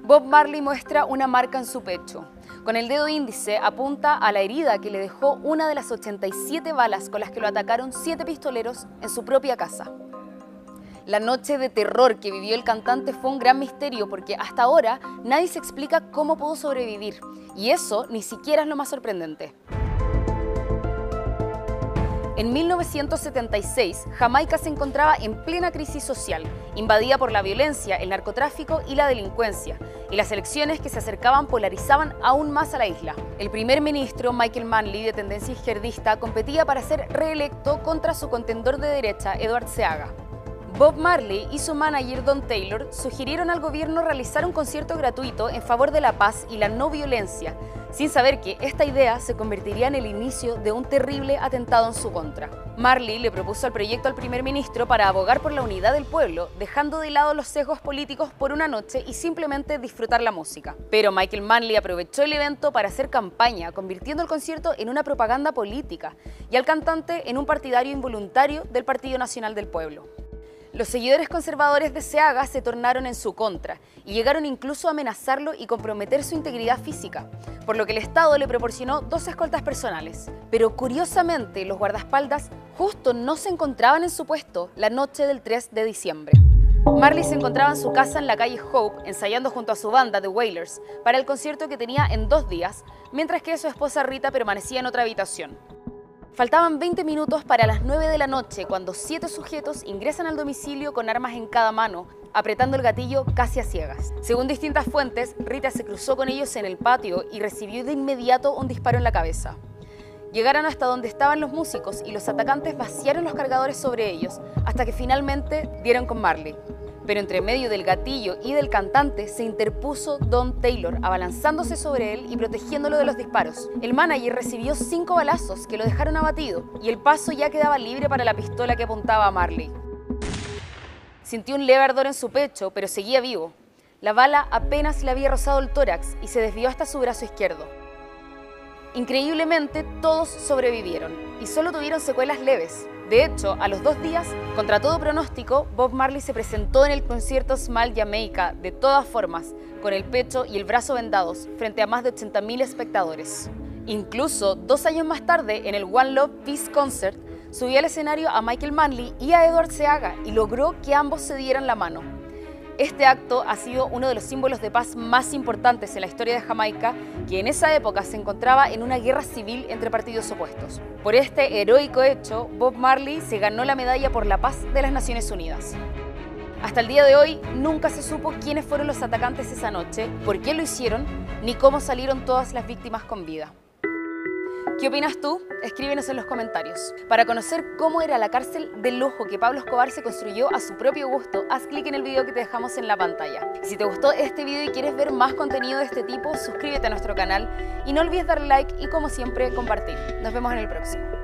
Bob Marley muestra una marca en su pecho. Con el dedo índice apunta a la herida que le dejó una de las 87 balas con las que lo atacaron 7 pistoleros en su propia casa. La noche de terror que vivió el cantante fue un gran misterio porque hasta ahora nadie se explica cómo pudo sobrevivir. Y eso ni siquiera es lo más sorprendente. En 1976, Jamaica se encontraba en plena crisis social, invadida por la violencia, el narcotráfico y la delincuencia, y las elecciones que se acercaban polarizaban aún más a la isla. El primer ministro, Michael Manley, de tendencia izquierdista, competía para ser reelecto contra su contendor de derecha, Edward Seaga. Bob Marley y su manager Don Taylor sugirieron al gobierno realizar un concierto gratuito en favor de la paz y la no violencia, sin saber que esta idea se convertiría en el inicio de un terrible atentado en su contra. Marley le propuso el proyecto al primer ministro para abogar por la unidad del pueblo, dejando de lado los sesgos políticos por una noche y simplemente disfrutar la música. Pero Michael Manley aprovechó el evento para hacer campaña, convirtiendo el concierto en una propaganda política y al cantante en un partidario involuntario del Partido Nacional del Pueblo. Los seguidores conservadores de Seaga se tornaron en su contra y llegaron incluso a amenazarlo y comprometer su integridad física, por lo que el Estado le proporcionó 2 escoltas personales. Pero curiosamente, los guardaespaldas justo no se encontraban en su puesto la noche del 3 de diciembre. Marley se encontraba en su casa en la calle Hope, ensayando junto a su banda The Wailers para el concierto que tenía en 2 días, mientras que su esposa Rita permanecía en otra habitación. Faltaban 20 minutos para las 9 de la noche cuando 7 sujetos ingresan al domicilio con armas en cada mano, apretando el gatillo casi a ciegas. Según distintas fuentes, Rita se cruzó con ellos en el patio y recibió de inmediato un disparo en la cabeza. Llegaron hasta donde estaban los músicos y los atacantes vaciaron los cargadores sobre ellos, hasta que finalmente dieron con Marley. Pero entre medio del gatillo y del cantante se interpuso Don Taylor, abalanzándose sobre él y protegiéndolo de los disparos. El manager recibió 5 balazos que lo dejaron abatido y el paso ya quedaba libre para la pistola que apuntaba a Marley. Sintió un leve ardor en su pecho, pero seguía vivo. La bala apenas le había rozado el tórax y se desvió hasta su brazo izquierdo. Increíblemente, todos sobrevivieron y solo tuvieron secuelas leves. De hecho, a los 2 días, contra todo pronóstico, Bob Marley se presentó en el concierto Smile Jamaica de todas formas, con el pecho y el brazo vendados, frente a más de 80.000 espectadores. Incluso, 2 años más tarde, en el One Love Peace Concert, subió al escenario a Michael Manley y a Edward Seaga y logró que ambos se dieran la mano. Este acto ha sido uno de los símbolos de paz más importantes en la historia de Jamaica, que en esa época se encontraba en una guerra civil entre partidos opuestos. Por este heroico hecho, Bob Marley se ganó la medalla por la paz de las Naciones Unidas. Hasta el día de hoy, nunca se supo quiénes fueron los atacantes esa noche, por qué lo hicieron, ni cómo salieron todas las víctimas con vida. ¿Qué opinas tú? Escríbenos en los comentarios. Para conocer cómo era la cárcel de lujo que Pablo Escobar se construyó a su propio gusto, haz clic en el video que te dejamos en la pantalla. Y si te gustó este video y quieres ver más contenido de este tipo, suscríbete a nuestro canal y no olvides darle like y, como siempre, compartir. Nos vemos en el próximo.